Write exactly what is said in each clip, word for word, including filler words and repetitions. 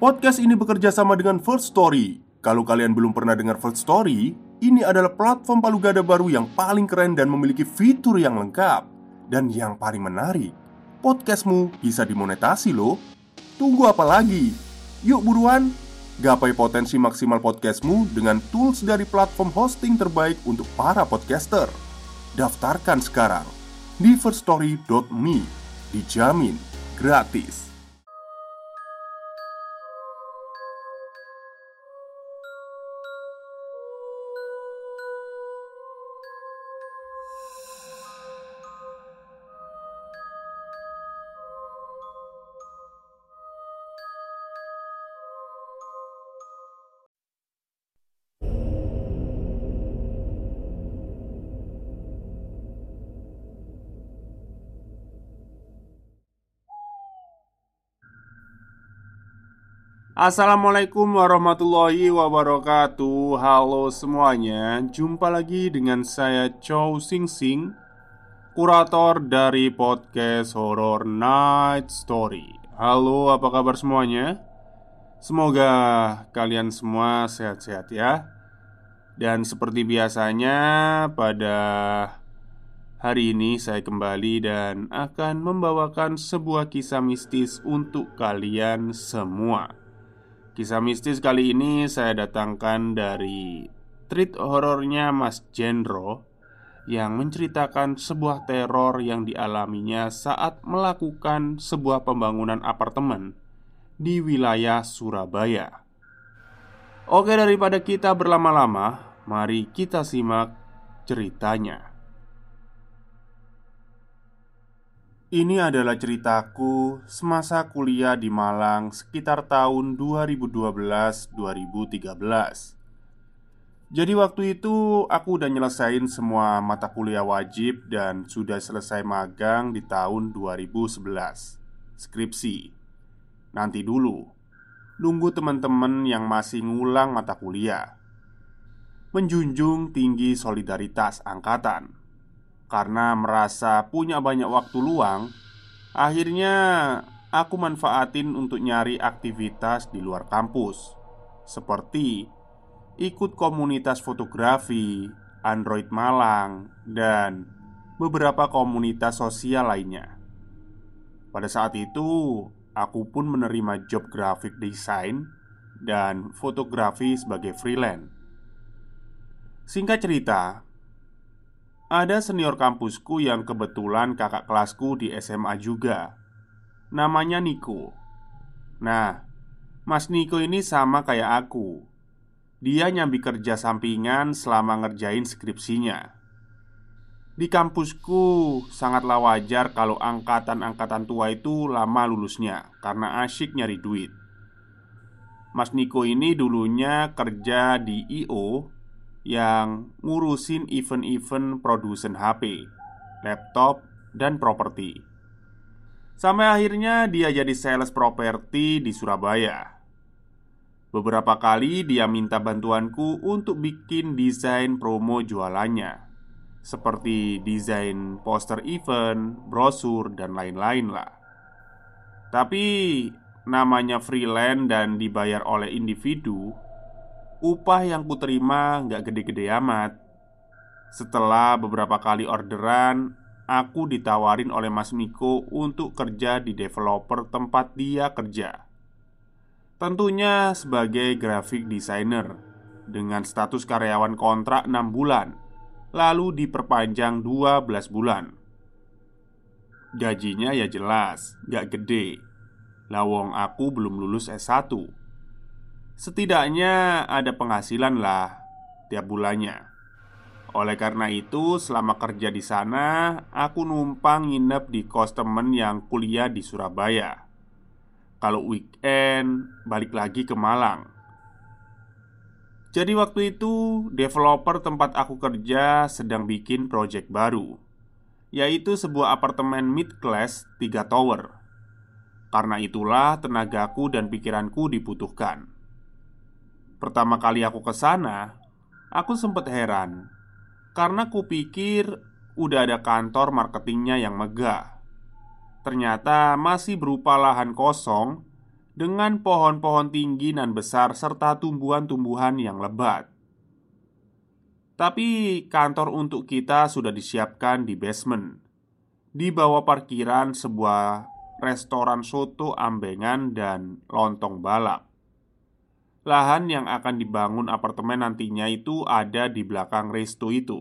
Podcast ini bekerja sama dengan First Story. Kalau kalian belum pernah dengar First Story, ini adalah platform palu gada baru yang paling keren dan memiliki fitur yang lengkap. Dan yang paling menarik, podcastmu bisa dimonetasi loh. Tunggu apa lagi? Yuk buruan, gapai potensi maksimal podcastmu dengan tools dari platform hosting terbaik untuk para podcaster. Daftarkan sekarang di first story dot me. Dijamin gratis. Assalamualaikum warahmatullahi wabarakatuh. Halo semuanya, jumpa lagi dengan saya Chow Sing Sing, kurator dari podcast Horror Night Story. Halo, apa kabar semuanya? Semoga kalian semua sehat-sehat ya. Dan seperti biasanya, pada hari ini saya kembali dan akan membawakan sebuah kisah mistis untuk kalian semua. Kisah mistis kali ini saya datangkan dari treat horornya Mas Jendro, yang menceritakan sebuah teror yang dialaminya saat melakukan sebuah pembangunan apartemen di wilayah Surabaya. Oke, daripada kita berlama-lama, mari kita simak ceritanya. Ini adalah ceritaku semasa kuliah di Malang sekitar tahun dua ribu dua belas - dua ribu tiga belas. Jadi waktu itu aku udah nyelesain semua mata kuliah wajib dan sudah selesai magang di tahun dua ribu sebelas. Skripsi. Nanti dulu, nunggu teman-teman yang masih ngulang mata kuliah. Menjunjung tinggi solidaritas angkatan. Karena merasa punya banyak waktu luang, akhirnya aku manfaatin untuk nyari aktivitas di luar kampus, seperti ikut komunitas fotografi, Android Malang, dan beberapa komunitas sosial lainnya. Pada saat itu, aku pun menerima job graphic design dan fotografi sebagai freelance. Singkat cerita, ada senior kampusku yang kebetulan kakak kelasku di S M A juga. Namanya Niko. Nah, Mas Niko ini sama kayak aku. Dia nyambi kerja sampingan selama ngerjain skripsinya. Di kampusku sangatlah wajar kalau angkatan-angkatan tua itu lama lulusnya karena asyik nyari duit. Mas Niko ini dulunya kerja di I O yang ngurusin event-event produsen H P, laptop, dan properti. Sampai akhirnya dia jadi sales properti di Surabaya. Beberapa kali dia minta bantuanku untuk bikin desain promo jualannya, seperti desain poster event, brosur, dan lain-lain lah. Tapi namanya freelance dan dibayar oleh individu, upah yang kuterima nggak gede-gede amat. Setelah beberapa kali orderan, aku ditawarin oleh Mas Niko untuk kerja di developer tempat dia kerja. Tentunya sebagai graphic designer dengan status karyawan kontrak enam bulan, lalu diperpanjang dua belas bulan. Gajinya ya jelas nggak gede. Lawong aku belum lulus S satu. Setidaknya ada penghasilan lah tiap bulannya. Oleh karena itu, selama kerja di sana, aku numpang nginep di kos temen yang kuliah di Surabaya. Kalau weekend, balik lagi ke Malang. Jadi waktu itu, developer tempat aku kerja sedang bikin proyek baru, yaitu sebuah apartemen mid-class tiga tower. Karena itulah tenagaku dan pikiranku dibutuhkan. Pertama kali aku ke sana, aku sempat heran karena kupikir udah ada kantor marketingnya yang megah. Ternyata masih berupa lahan kosong dengan pohon-pohon tinggi dan besar serta tumbuhan-tumbuhan yang lebat. Tapi kantor untuk kita sudah disiapkan di basement, di bawah parkiran sebuah restoran soto ambengan dan lontong balap. Lahan yang akan dibangun apartemen nantinya itu ada di belakang resto itu.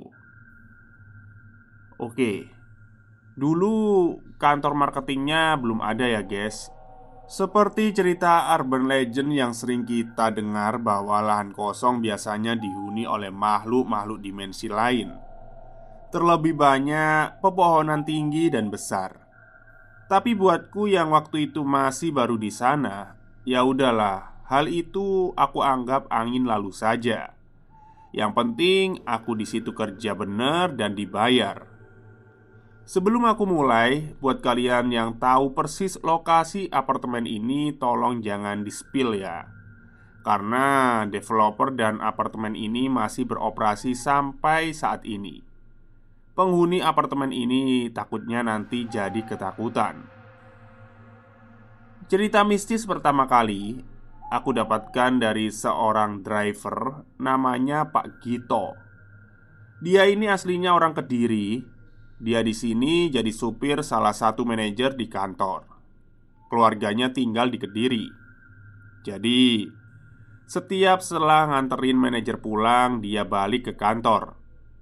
Oke, dulu kantor marketingnya belum ada ya guys. Seperti cerita urban legend yang sering kita dengar bahwa lahan kosong biasanya dihuni oleh makhluk-makhluk dimensi lain. Terlebih banyak pepohonan tinggi dan besar. Tapi buatku yang waktu itu masih baru di sana, ya udahlah, hal itu aku anggap angin lalu saja. Yang penting aku di situ kerja benar dan dibayar. Sebelum aku mulai, buat kalian yang tahu persis lokasi apartemen ini, tolong jangan di-spill ya. Karena developer dan apartemen ini masih beroperasi sampai saat ini. Penghuni apartemen ini takutnya nanti jadi ketakutan. Cerita mistis pertama kali aku dapatkan dari seorang driver namanya Pak Gito. Dia ini aslinya orang Kediri. Dia di sini jadi supir salah satu manajer di kantor. Keluarganya tinggal di Kediri. Jadi, setiap setelah nganterin manajer pulang, dia balik ke kantor.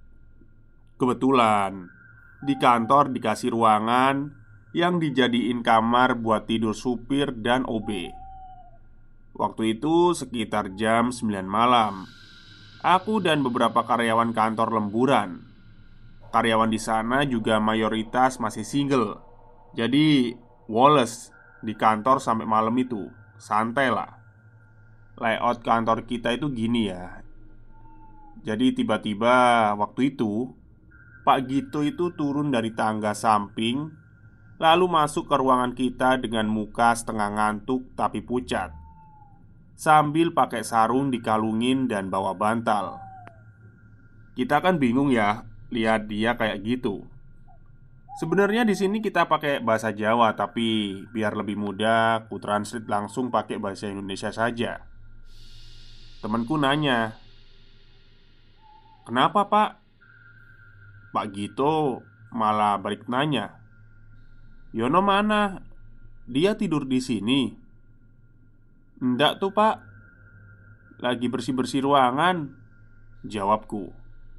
Kebetulan di kantor dikasih ruangan yang dijadiin kamar buat tidur supir dan O B. Waktu itu sekitar jam sembilan malam. Aku dan beberapa karyawan kantor lemburan. Karyawan di sana juga mayoritas masih single. Jadi, Wallace di kantor sampai malam itu santai lah. Layout kantor kita itu gini ya. Jadi tiba-tiba waktu itu Pak Gito itu turun dari tangga samping, lalu masuk ke ruangan kita dengan muka setengah ngantuk tapi pucat, sambil pakai sarung dikalungin dan bawa bantal. Kita kan bingung ya lihat dia kayak gitu. Sebenarnya di sini kita pakai bahasa Jawa, tapi biar lebih mudah, ku translate langsung pakai bahasa Indonesia saja. Temanku nanya, "Kenapa pak?" Pak Gito malah balik nanya, "Yono mana? Dia tidur di sini?" "Enggak tuh pak, lagi bersih-bersih ruangan," jawabku.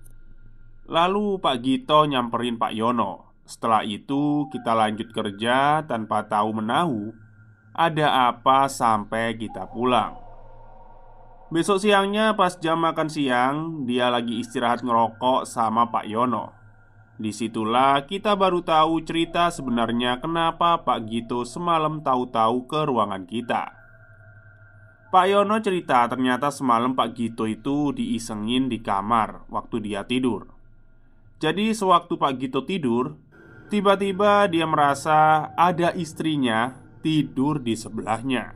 Lalu Pak Gito nyamperin Pak Yono. Setelah itu kita lanjut kerja tanpa tahu menahu ada apa sampai kita pulang. Besok siangnya pas jam makan siang, dia lagi istirahat ngerokok sama Pak Yono. Disitulah kita baru tahu cerita sebenarnya kenapa Pak Gito semalam tahu-tahu ke ruangan kita. Pak Yono cerita ternyata semalam Pak Gito itu diisengin di kamar waktu dia tidur. Jadi sewaktu Pak Gito tidur, tiba-tiba dia merasa ada istrinya tidur di sebelahnya.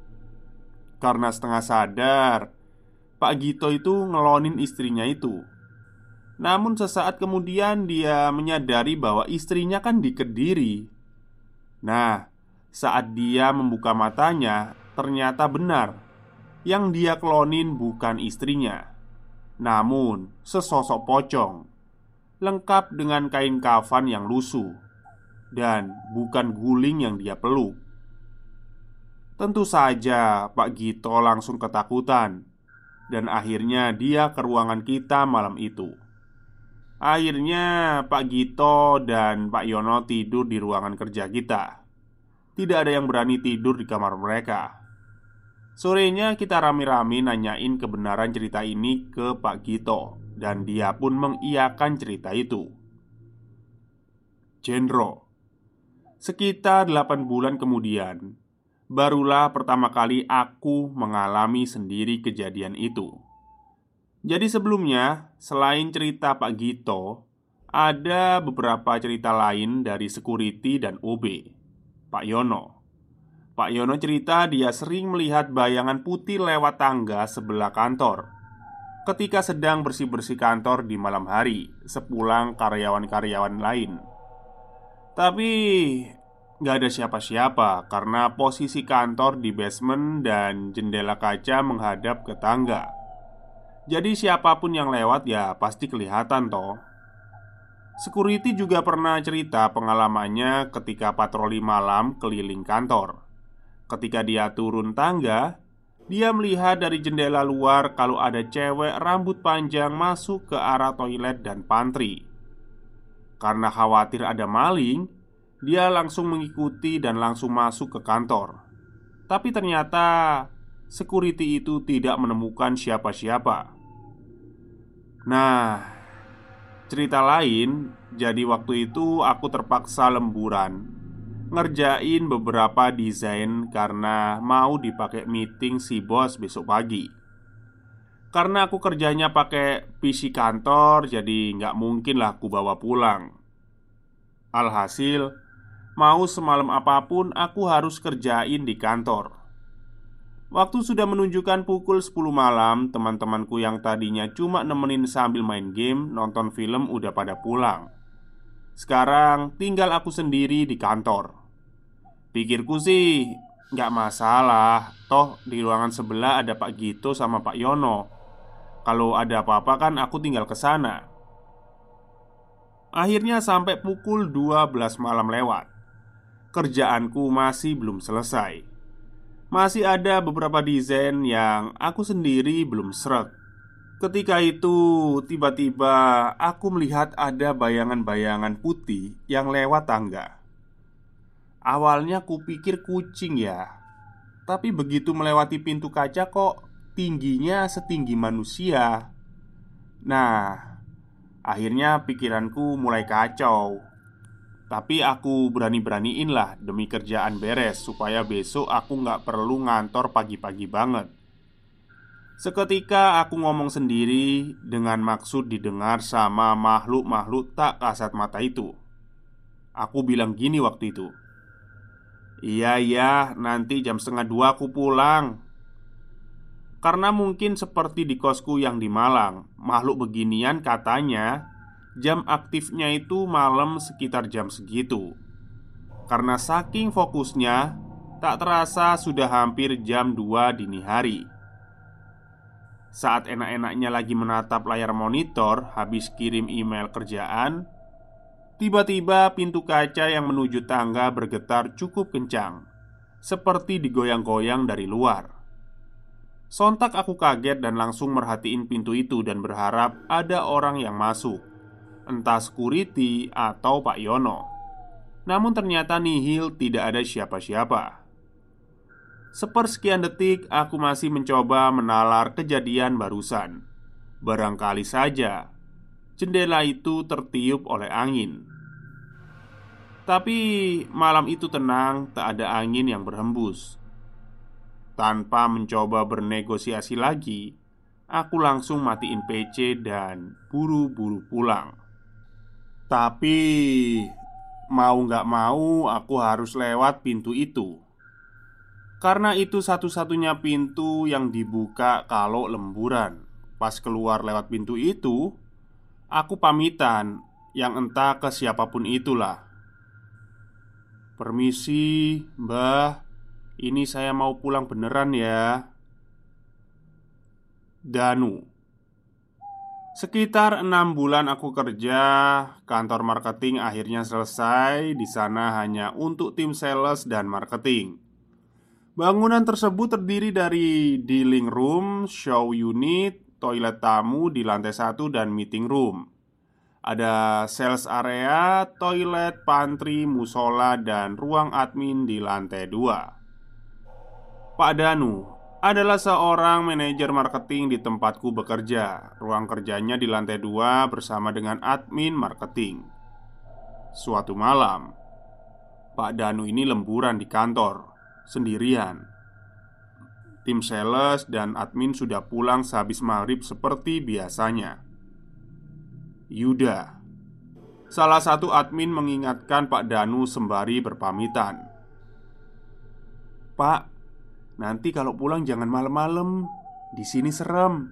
Karena setengah sadar, Pak Gito itu ngelonin istrinya itu. Namun sesaat kemudian dia menyadari bahwa istrinya kan di Kediri. Nah, saat dia membuka matanya, ternyata benar, yang dia klonin bukan istrinya, namun sesosok pocong, lengkap dengan kain kafan yang lusuh, dan bukan guling yang dia peluk. Tentu saja Pak Gito langsung ketakutan, dan akhirnya dia ke ruangan kita malam itu. Akhirnya Pak Gito dan Pak Yono tidur di ruangan kerja kita. Tidak ada yang berani tidur di kamar mereka. Sorenya kita rame-rame nanyain kebenaran cerita ini ke Pak Gito, dan dia pun mengiyakan cerita itu. Jendro. Sekitar delapan bulan kemudian, barulah pertama kali aku mengalami sendiri kejadian itu. Jadi sebelumnya, selain cerita Pak Gito, ada beberapa cerita lain dari security dan O B, Pak Yono. Pak Yono cerita dia sering melihat bayangan putih lewat tangga sebelah kantor ketika sedang bersih-bersih kantor di malam hari sepulang karyawan-karyawan lain. Tapi Gak ada siapa-siapa karena posisi kantor di basement dan jendela kaca menghadap ke tangga. Jadi siapapun yang lewat ya pasti kelihatan toh. Security juga pernah cerita pengalamannya ketika patroli malam keliling kantor. Ketika dia turun tangga, dia melihat dari jendela luar kalau ada cewek rambut panjang masuk ke arah toilet dan pantry. Karena khawatir ada maling, dia langsung mengikuti dan langsung masuk ke kantor. Tapi ternyata security itu tidak menemukan siapa-siapa. Nah, cerita lain, jadi waktu itu aku terpaksa lemburan ngerjain beberapa desain karena mau dipakai meeting si bos besok pagi. Karena aku kerjanya pakai P C kantor, jadi nggak mungkin lah aku bawa pulang. Alhasil, mau semalam apapun aku harus kerjain di kantor. Waktu sudah menunjukkan pukul sepuluh malam, teman-temanku yang tadinya cuma nemenin sambil main game, nonton film udah pada pulang. Sekarang tinggal aku sendiri di kantor. Pikirku sih nggak masalah, toh di ruangan sebelah ada Pak Gito sama Pak Yono. Kalau ada apa-apa kan aku tinggal ke sana. Akhirnya sampai pukul dua belas malam lewat. Kerjaanku masih belum selesai. Masih ada beberapa desain yang aku sendiri belum srek. Ketika itu tiba-tiba aku melihat ada bayangan-bayangan putih yang lewat tangga. Awalnya kupikir kucing ya, tapi begitu melewati pintu kaca kok tingginya setinggi manusia. Nah, akhirnya pikiranku mulai kacau. Tapi aku berani-beraniin lah demi kerjaan beres supaya besok aku nggak perlu ngantor pagi-pagi banget. Seketika aku ngomong sendiri dengan maksud didengar sama makhluk-makhluk tak kasat mata itu. Aku bilang gini waktu itu, "Iya iya, nanti jam setengah dua aku pulang." Karena mungkin seperti di kosku yang di Malang, makhluk beginian katanya jam aktifnya itu malam sekitar jam segitu. Karena saking fokusnya, tak terasa sudah hampir jam dua dini hari. Saat enak-enaknya lagi menatap layar monitor habis kirim email kerjaan, tiba-tiba pintu kaca yang menuju tangga bergetar cukup kencang, seperti digoyang-goyang dari luar. Sontak aku kaget dan langsung merhatiin pintu itu dan berharap ada orang yang masuk, entah security atau Pak Yono. Namun ternyata nihil, tidak ada siapa-siapa. Sepersekian detik aku masih mencoba menalar kejadian barusan. Barangkali saja jendela itu tertiup oleh angin. Tapi malam itu tenang, tak ada angin yang berhembus. Tanpa mencoba bernegosiasi lagi, aku langsung matiin P C dan buru-buru pulang. Tapi mau gak mau aku harus lewat pintu itu. Karena itu satu-satunya pintu yang dibuka kalau lemburan. Pas keluar lewat pintu itu, aku pamitan yang entah ke siapapun itulah. "Permisi, Mbah. Ini saya mau pulang beneran ya." Danu. Sekitar enam bulan aku kerja kantor marketing akhirnya selesai. Di sana hanya untuk tim sales dan marketing. Bangunan tersebut terdiri dari dealing room, show unit, toilet tamu di lantai satu dan meeting room. Ada sales area, toilet, pantry, musola, dan ruang admin di lantai dua. Pak Danu adalah seorang manajer marketing di tempatku bekerja. Ruang kerjanya di lantai dua bersama dengan admin marketing. Suatu malam, Pak Danu ini lemburan di kantor sendirian. Tim sales dan admin sudah pulang sehabis maghrib seperti biasanya. Yuda, salah satu admin, mengingatkan Pak Danu sembari berpamitan. "Pak, nanti kalau pulang jangan malam-malam. Di sini serem."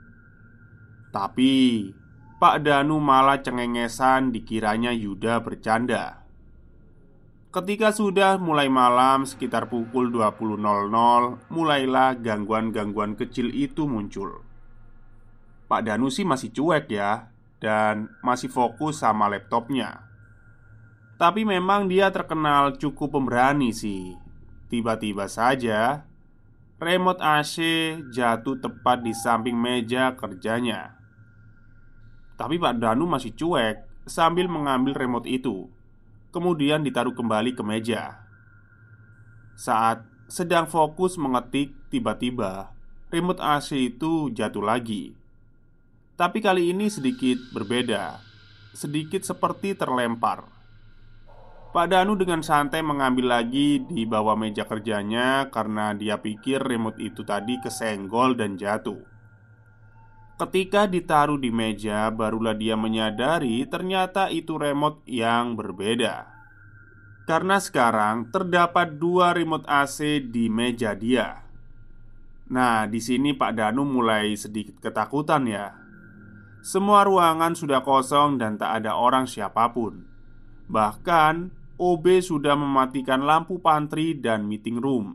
Tapi Pak Danu malah cengengesan dikiranya Yuda bercanda. Ketika sudah mulai malam sekitar pukul dua puluh nol nol, mulailah gangguan-gangguan kecil itu muncul. Pak Danu sih masih cuek ya, dan masih fokus sama laptopnya. Tapi memang dia terkenal cukup pemberani sih. Tiba-tiba saja remote A C jatuh tepat di samping meja kerjanya. Tapi Pak Danu masih cuek sambil mengambil remote itu, kemudian ditaruh kembali ke meja. Saat sedang fokus mengetik, tiba-tiba remote A C itu jatuh lagi. Tapi kali ini sedikit berbeda, sedikit seperti terlempar. Pak Danu dengan santai mengambil lagi di bawah meja kerjanya karena dia pikir remote itu tadi kesenggol dan jatuh. Ketika ditaruh di meja, barulah dia menyadari ternyata itu remote yang berbeda. Karena sekarang terdapat dua remote A C di meja dia. Nah, di sini Pak Danu mulai sedikit ketakutan ya. Semua ruangan sudah kosong dan tak ada orang siapapun. Bahkan O B sudah mematikan lampu pantry dan meeting room.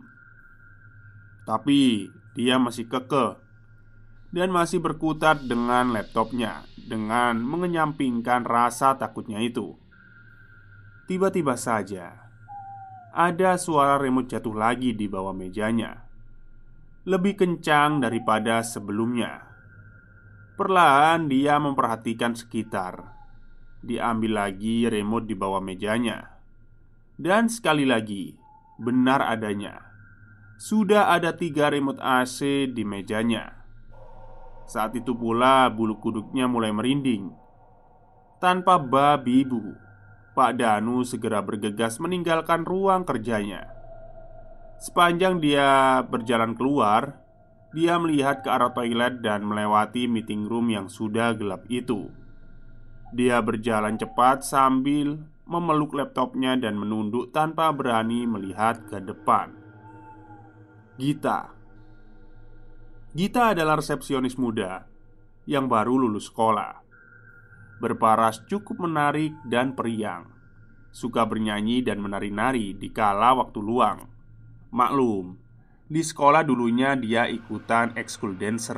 Tapi dia masih kekeh dan masih berkutat dengan laptopnya, dengan mengenyampingkan rasa takutnya itu. Tiba-tiba saja ada suara remote jatuh lagi di bawah mejanya, lebih kencang daripada sebelumnya. Perlahan dia memperhatikan sekitar. Diambil lagi remote di bawah mejanya. Dan sekali lagi, benar adanya, sudah ada tiga remote A C di mejanya. Saat itu pula bulu kuduknya mulai merinding. Tanpa babi bu, Pak Danu segera bergegas meninggalkan ruang kerjanya. Sepanjang dia berjalan keluar, dia melihat ke arah toilet dan melewati meeting room yang sudah gelap itu. Dia berjalan cepat sambil memeluk laptopnya dan menunduk tanpa berani melihat ke depan. Gita Gita adalah resepsionis muda yang baru lulus sekolah. Berparas cukup menarik dan periang. Suka bernyanyi dan menari-nari di kala waktu luang. Maklum, di sekolah dulunya dia ikutan ekskul dancer.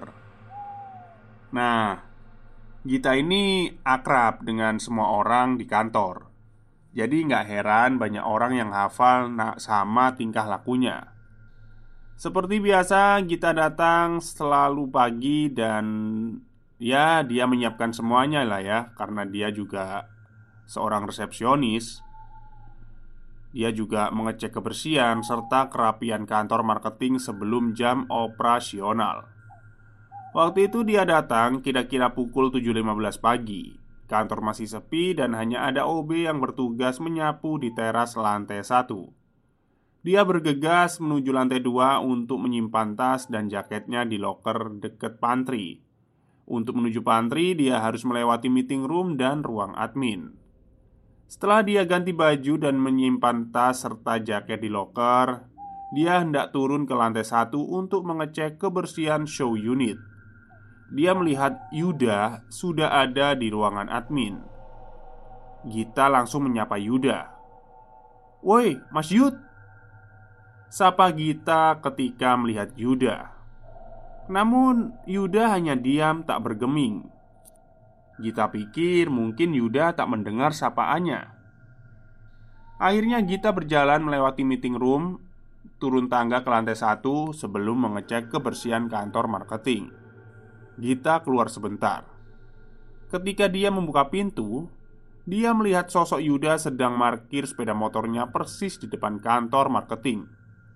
Nah, Gita ini akrab dengan semua orang di kantor. Jadi nggak heran banyak orang yang hafal nak sama tingkah lakunya. Seperti biasa, Gita datang selalu pagi dan ya dia menyiapkan semuanya lah ya. Karena dia juga seorang resepsionis. Dia juga mengecek kebersihan serta kerapian kantor marketing sebelum jam operasional. Waktu itu dia datang kira-kira pukul tujuh lima belas pagi. Kantor masih sepi dan hanya ada O B yang bertugas menyapu di teras lantai satu. Dia bergegas menuju lantai dua untuk menyimpan tas dan jaketnya di loker dekat pantry. Untuk menuju pantry, dia harus melewati meeting room dan ruang admin. Setelah dia ganti baju dan menyimpan tas serta jaket di loker, dia hendak turun ke lantai satu untuk mengecek kebersihan show unit. Dia melihat Yuda sudah ada di ruangan admin. Gita langsung menyapa Yuda. "Woi, Mas Yud," sapa Gita ketika melihat Yuda. Namun Yuda hanya diam tak bergeming. Gita pikir mungkin Yuda tak mendengar sapaannya. Akhirnya Gita berjalan melewati meeting room, turun tangga ke lantai satu sebelum mengecek kebersihan kantor marketing. Gita keluar sebentar. Ketika dia membuka pintu, dia melihat sosok Yuda sedang parkir sepeda motornya persis di depan kantor marketing.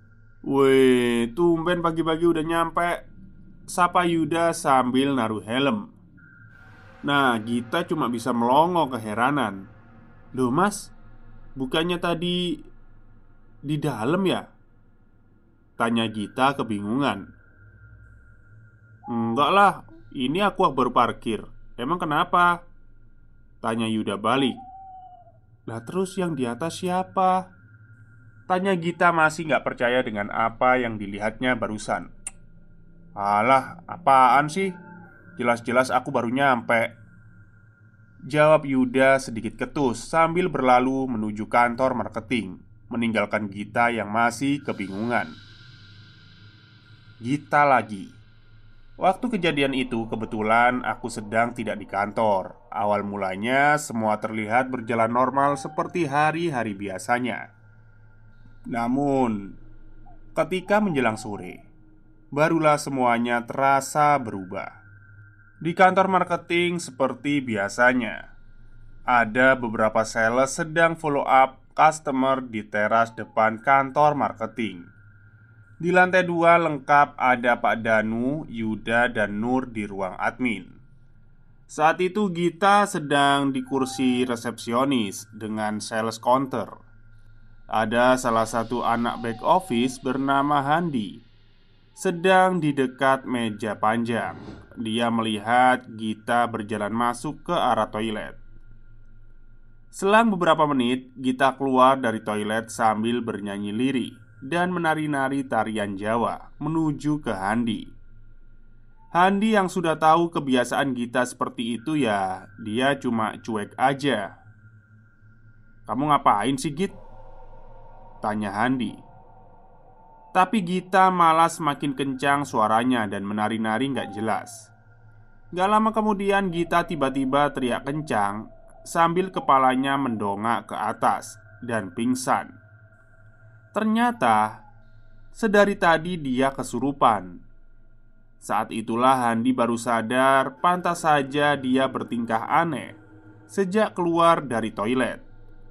"Weh, tumben pagi-pagi udah nyampe," sapa Yuda sambil naruh helm. Nah, Gita cuma bisa melongo keheranan. "Loh mas, bukannya tadi di dalam ya?" tanya Gita kebingungan. "Enggak lah, ini aku baru parkir. Emang kenapa?" tanya Yuda balik. "Lah terus yang di atas siapa?" tanya Gita masih gak percaya dengan apa yang dilihatnya barusan. "Alah, apaan sih? Jelas-jelas aku baru nyampe," jawab Yuda sedikit ketus sambil berlalu menuju kantor marketing. meninggalkan Gita yang masih kebingungan. Gita lagi. Waktu kejadian itu kebetulan aku sedang tidak di kantor. Awal mulanya semua terlihat berjalan normal seperti hari-hari biasanya. Namun, ketika menjelang sore, barulah semuanya terasa berubah. Di kantor marketing seperti biasanya, ada beberapa sales sedang follow up customer di teras depan kantor marketing. Di lantai dua lengkap ada Pak Danu, Yuda, dan Nur di ruang admin. Saat itu Gita sedang di kursi resepsionis dengan sales counter. Ada salah satu anak back office bernama Handi sedang di dekat meja panjang. Dia melihat Gita berjalan masuk ke arah toilet. Selang beberapa menit, Gita keluar dari toilet sambil bernyanyi lirik dan menari-nari tarian Jawa menuju ke Handi. Handi yang sudah tahu kebiasaan Gita seperti itu ya, dia cuma cuek aja. "Kamu ngapain sih, Git?" tanya Handi. Tapi Gita malah semakin kencang suaranya dan menari-nari gak jelas. Gak lama kemudian Gita tiba-tiba teriak kencang sambil kepalanya mendongak ke atas dan pingsan. Ternyata sedari tadi dia kesurupan. Saat itulah Handi baru sadar pantas saja dia bertingkah aneh sejak keluar dari toilet.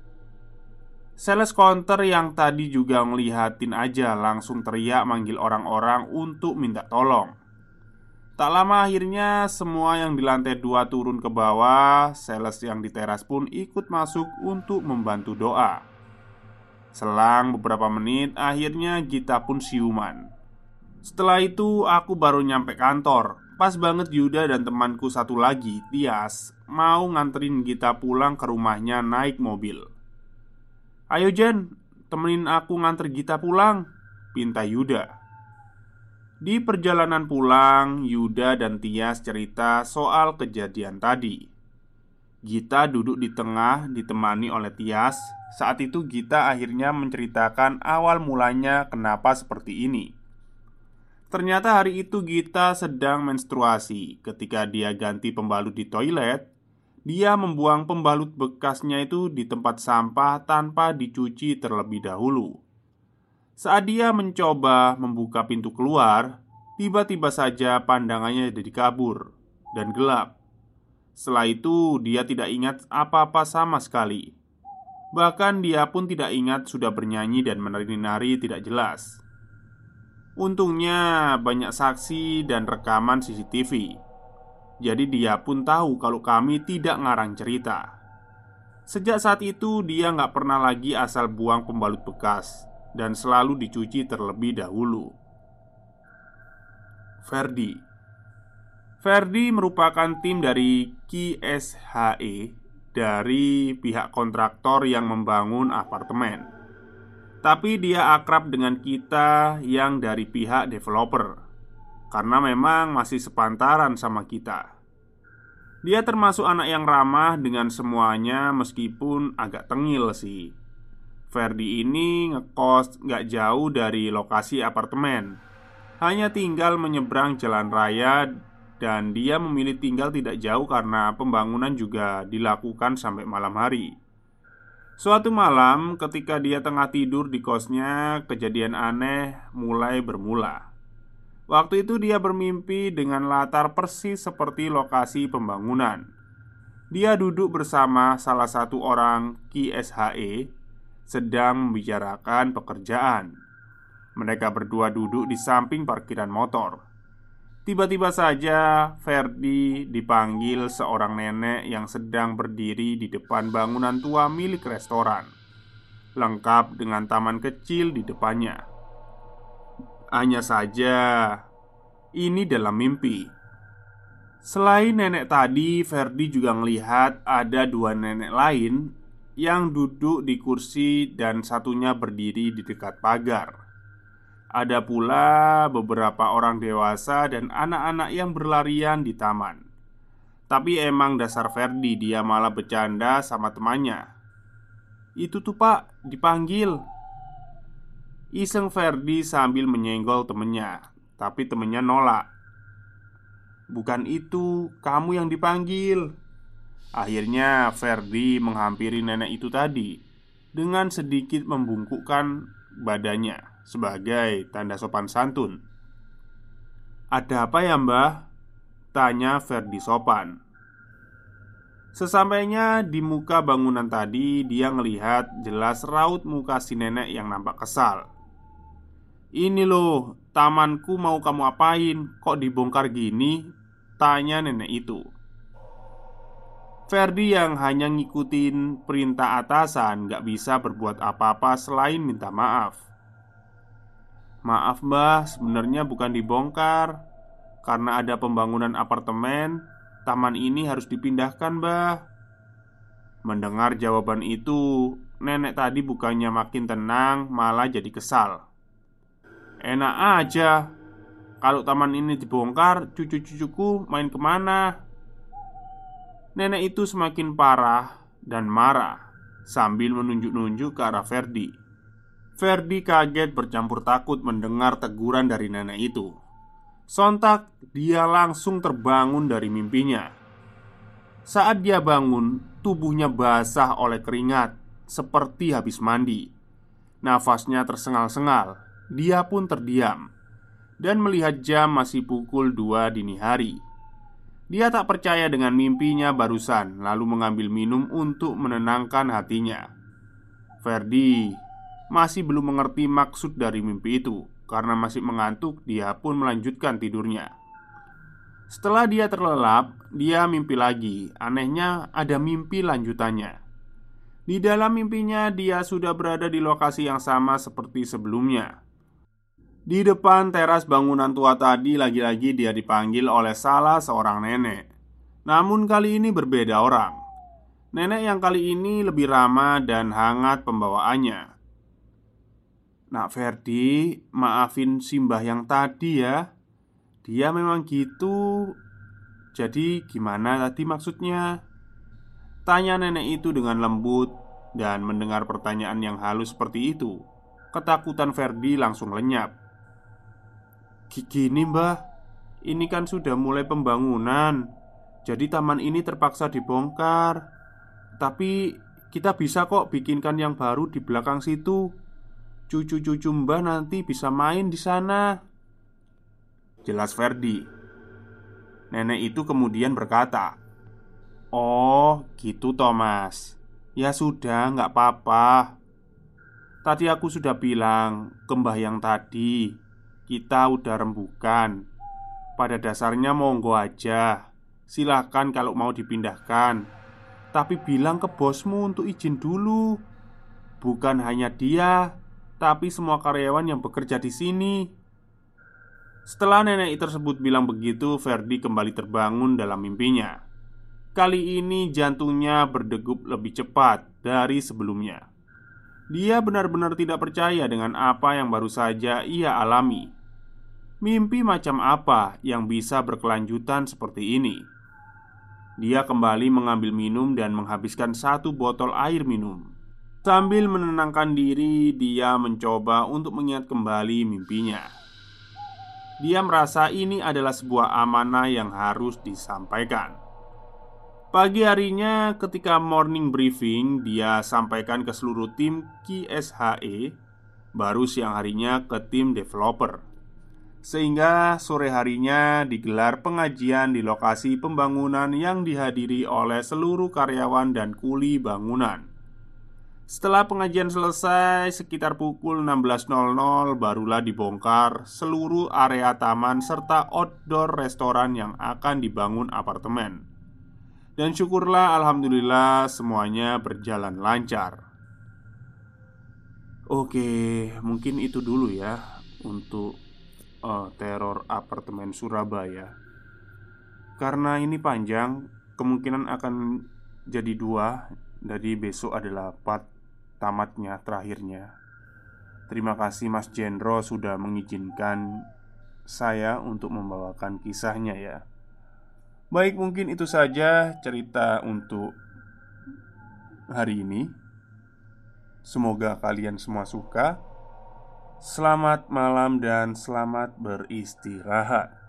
Sales counter yang tadi juga ngelihatin aja langsung teriak manggil orang-orang untuk minta tolong. Tak lama akhirnya semua yang di lantai dua turun ke bawah. Sales yang di teras pun ikut masuk untuk membantu doa. Selang beberapa menit, akhirnya Gita pun siuman. Setelah itu, aku baru nyampe kantor. Pas banget Yuda dan temanku satu lagi, Tias, mau nganterin Gita pulang ke rumahnya naik mobil. "Ayo Jen, temenin aku nganter Gita pulang," pinta Yuda. Di perjalanan pulang, Yuda dan Tias cerita soal kejadian tadi. Gita duduk di tengah ditemani oleh Tias. Saat itu Gita akhirnya menceritakan awal mulanya kenapa seperti ini. Ternyata hari itu Gita sedang menstruasi. Ketika dia ganti pembalut di toilet, dia membuang pembalut bekasnya itu di tempat sampah tanpa dicuci terlebih dahulu. Saat dia mencoba membuka pintu keluar, tiba-tiba saja pandangannya jadi kabur dan gelap. Setelah itu dia tidak ingat apa-apa sama sekali. Bahkan dia pun tidak ingat sudah bernyanyi dan menari-nari tidak jelas. Untungnya banyak saksi dan rekaman C C T V. Jadi dia pun tahu kalau kami tidak ngarang cerita. Sejak saat itu dia nggak pernah lagi asal buang pembalut bekas dan selalu dicuci terlebih dahulu. Ferdi Ferdi merupakan tim dari Q S H E dari pihak kontraktor yang membangun apartemen. Tapi dia akrab dengan kita yang dari pihak developer karena memang masih sepantaran sama kita. Dia termasuk anak yang ramah dengan semuanya meskipun agak tengil sih. Ferdi ini ngekos gak jauh dari lokasi apartemen. Hanya tinggal menyeberang jalan raya. Dan dia memilih tinggal tidak jauh karena pembangunan juga dilakukan sampai malam hari. Suatu malam ketika dia tengah tidur di kosnya, kejadian aneh mulai bermula. Waktu itu dia bermimpi dengan latar persis seperti lokasi pembangunan. Dia duduk bersama salah satu orang Q S H E sedang membicarakan pekerjaan. Mereka berdua duduk di samping parkiran motor. Tiba-tiba saja Ferdi dipanggil seorang nenek yang sedang berdiri di depan bangunan tua milik restoran, lengkap dengan taman kecil di depannya. Hanya saja ini dalam mimpi. Selain nenek tadi, Ferdi juga melihat ada dua nenek lain yang duduk di kursi dan satunya berdiri di dekat pagar. Ada pula beberapa orang dewasa dan anak-anak yang berlarian di taman. Tapi emang dasar Ferdi, dia malah bercanda sama temannya. "Itu tuh pak, dipanggil," Iseng Ferdi sambil menyenggol temennya. Tapi temennya nolak. "Bukan itu, kamu yang dipanggil." Akhirnya Ferdi menghampiri nenek itu tadi dengan sedikit membungkukkan badannya sebagai tanda sopan santun. "Ada apa ya, Mbah?" tanya Ferdi sopan. Sesampainya di muka bangunan tadi, dia melihat jelas raut muka si nenek yang nampak kesal. "Ini loh, tamanku mau kamu apain? Kok dibongkar gini?" tanya nenek itu. Ferdi yang hanya ngikutin perintah atasan gak bisa berbuat apa-apa selain minta maaf. "Maaf mbah, sebenarnya bukan dibongkar. Karena ada pembangunan apartemen, taman ini harus dipindahkan mbah." Mendengar jawaban itu, nenek tadi bukannya makin tenang, malah jadi kesal. "Enak aja, kalau taman ini dibongkar, cucu-cucuku main kemana?" Nenek itu semakin parah dan marah sambil menunjuk-nunjuk ke arah Ferdi. Ferdi kaget bercampur takut mendengar teguran dari nenek itu. Sontak dia langsung terbangun dari mimpinya. Saat dia bangun, tubuhnya basah oleh keringat seperti habis mandi. Nafasnya tersengal-sengal. Dia pun terdiam dan melihat jam masih pukul dua dini hari. Dia tak percaya dengan mimpinya barusan, lalu mengambil minum untuk menenangkan hatinya. Ferdi masih belum mengerti maksud dari mimpi itu. Karena masih mengantuk, dia pun melanjutkan tidurnya. Setelah dia terlelap, dia mimpi lagi. Anehnya, ada mimpi lanjutannya. Di dalam mimpinya, dia sudah berada di lokasi yang sama seperti sebelumnya. Di depan teras bangunan tua tadi, lagi-lagi dia dipanggil oleh salah seorang nenek. Namun kali ini berbeda orang. Nenek yang kali ini lebih ramah dan hangat pembawaannya. "Nak Ferdi, maafin Simbah yang tadi ya. Dia memang gitu. Jadi gimana tadi maksudnya?" tanya nenek itu dengan lembut. Dan mendengar pertanyaan yang halus seperti itu, ketakutan Ferdi langsung lenyap. "Gini mbah, ini kan sudah mulai pembangunan. Jadi taman ini terpaksa dibongkar. Tapi kita bisa kok bikinkan yang baru di belakang situ. Cucu-cucu mbah nanti bisa main di sana," jelas Ferdi. Nenek itu kemudian berkata, "Oh gitu Thomas. Ya sudah nggak apa-apa. Tadi aku sudah bilang ke mbah yang tadi, kita udah rembukan. Pada dasarnya monggo aja. Silahkan kalau mau dipindahkan. Tapi bilang ke bosmu untuk izin dulu. Bukan hanya dia, tapi semua karyawan yang bekerja di sini." Setelah nenek tersebut bilang begitu, Ferdi kembali terbangun dalam mimpinya. Kali ini jantungnya berdegup lebih cepat dari sebelumnya. Dia benar-benar tidak percaya dengan apa yang baru saja ia alami. Mimpi macam apa yang bisa berkelanjutan seperti ini? Dia kembali mengambil minum dan menghabiskan satu botol air minum. Sambil menenangkan diri, dia mencoba untuk mengingat kembali mimpinya. Dia merasa ini adalah sebuah amanah yang harus disampaikan. Pagi harinya ketika morning briefing, dia sampaikan ke seluruh tim Q S H E. Baru siang harinya ke tim developer. Sehingga sore harinya digelar pengajian di lokasi pembangunan yang dihadiri oleh seluruh karyawan dan kuli bangunan. Setelah pengajian selesai sekitar pukul enam belas nol nol, barulah dibongkar seluruh area taman serta outdoor restoran yang akan dibangun apartemen. Dan syukurlah alhamdulillah semuanya berjalan lancar. Oke, mungkin itu dulu ya untuk uh, teror apartemen Surabaya. Karena ini panjang, kemungkinan akan jadi dua. Jadi besok adalah part tamatnya, terakhirnya. Terima kasih Mas Jendro sudah mengizinkan saya untuk membawakan kisahnya ya. Baik, mungkin itu saja cerita untuk hari ini. Semoga kalian semua suka. Selamat malam dan selamat beristirahat.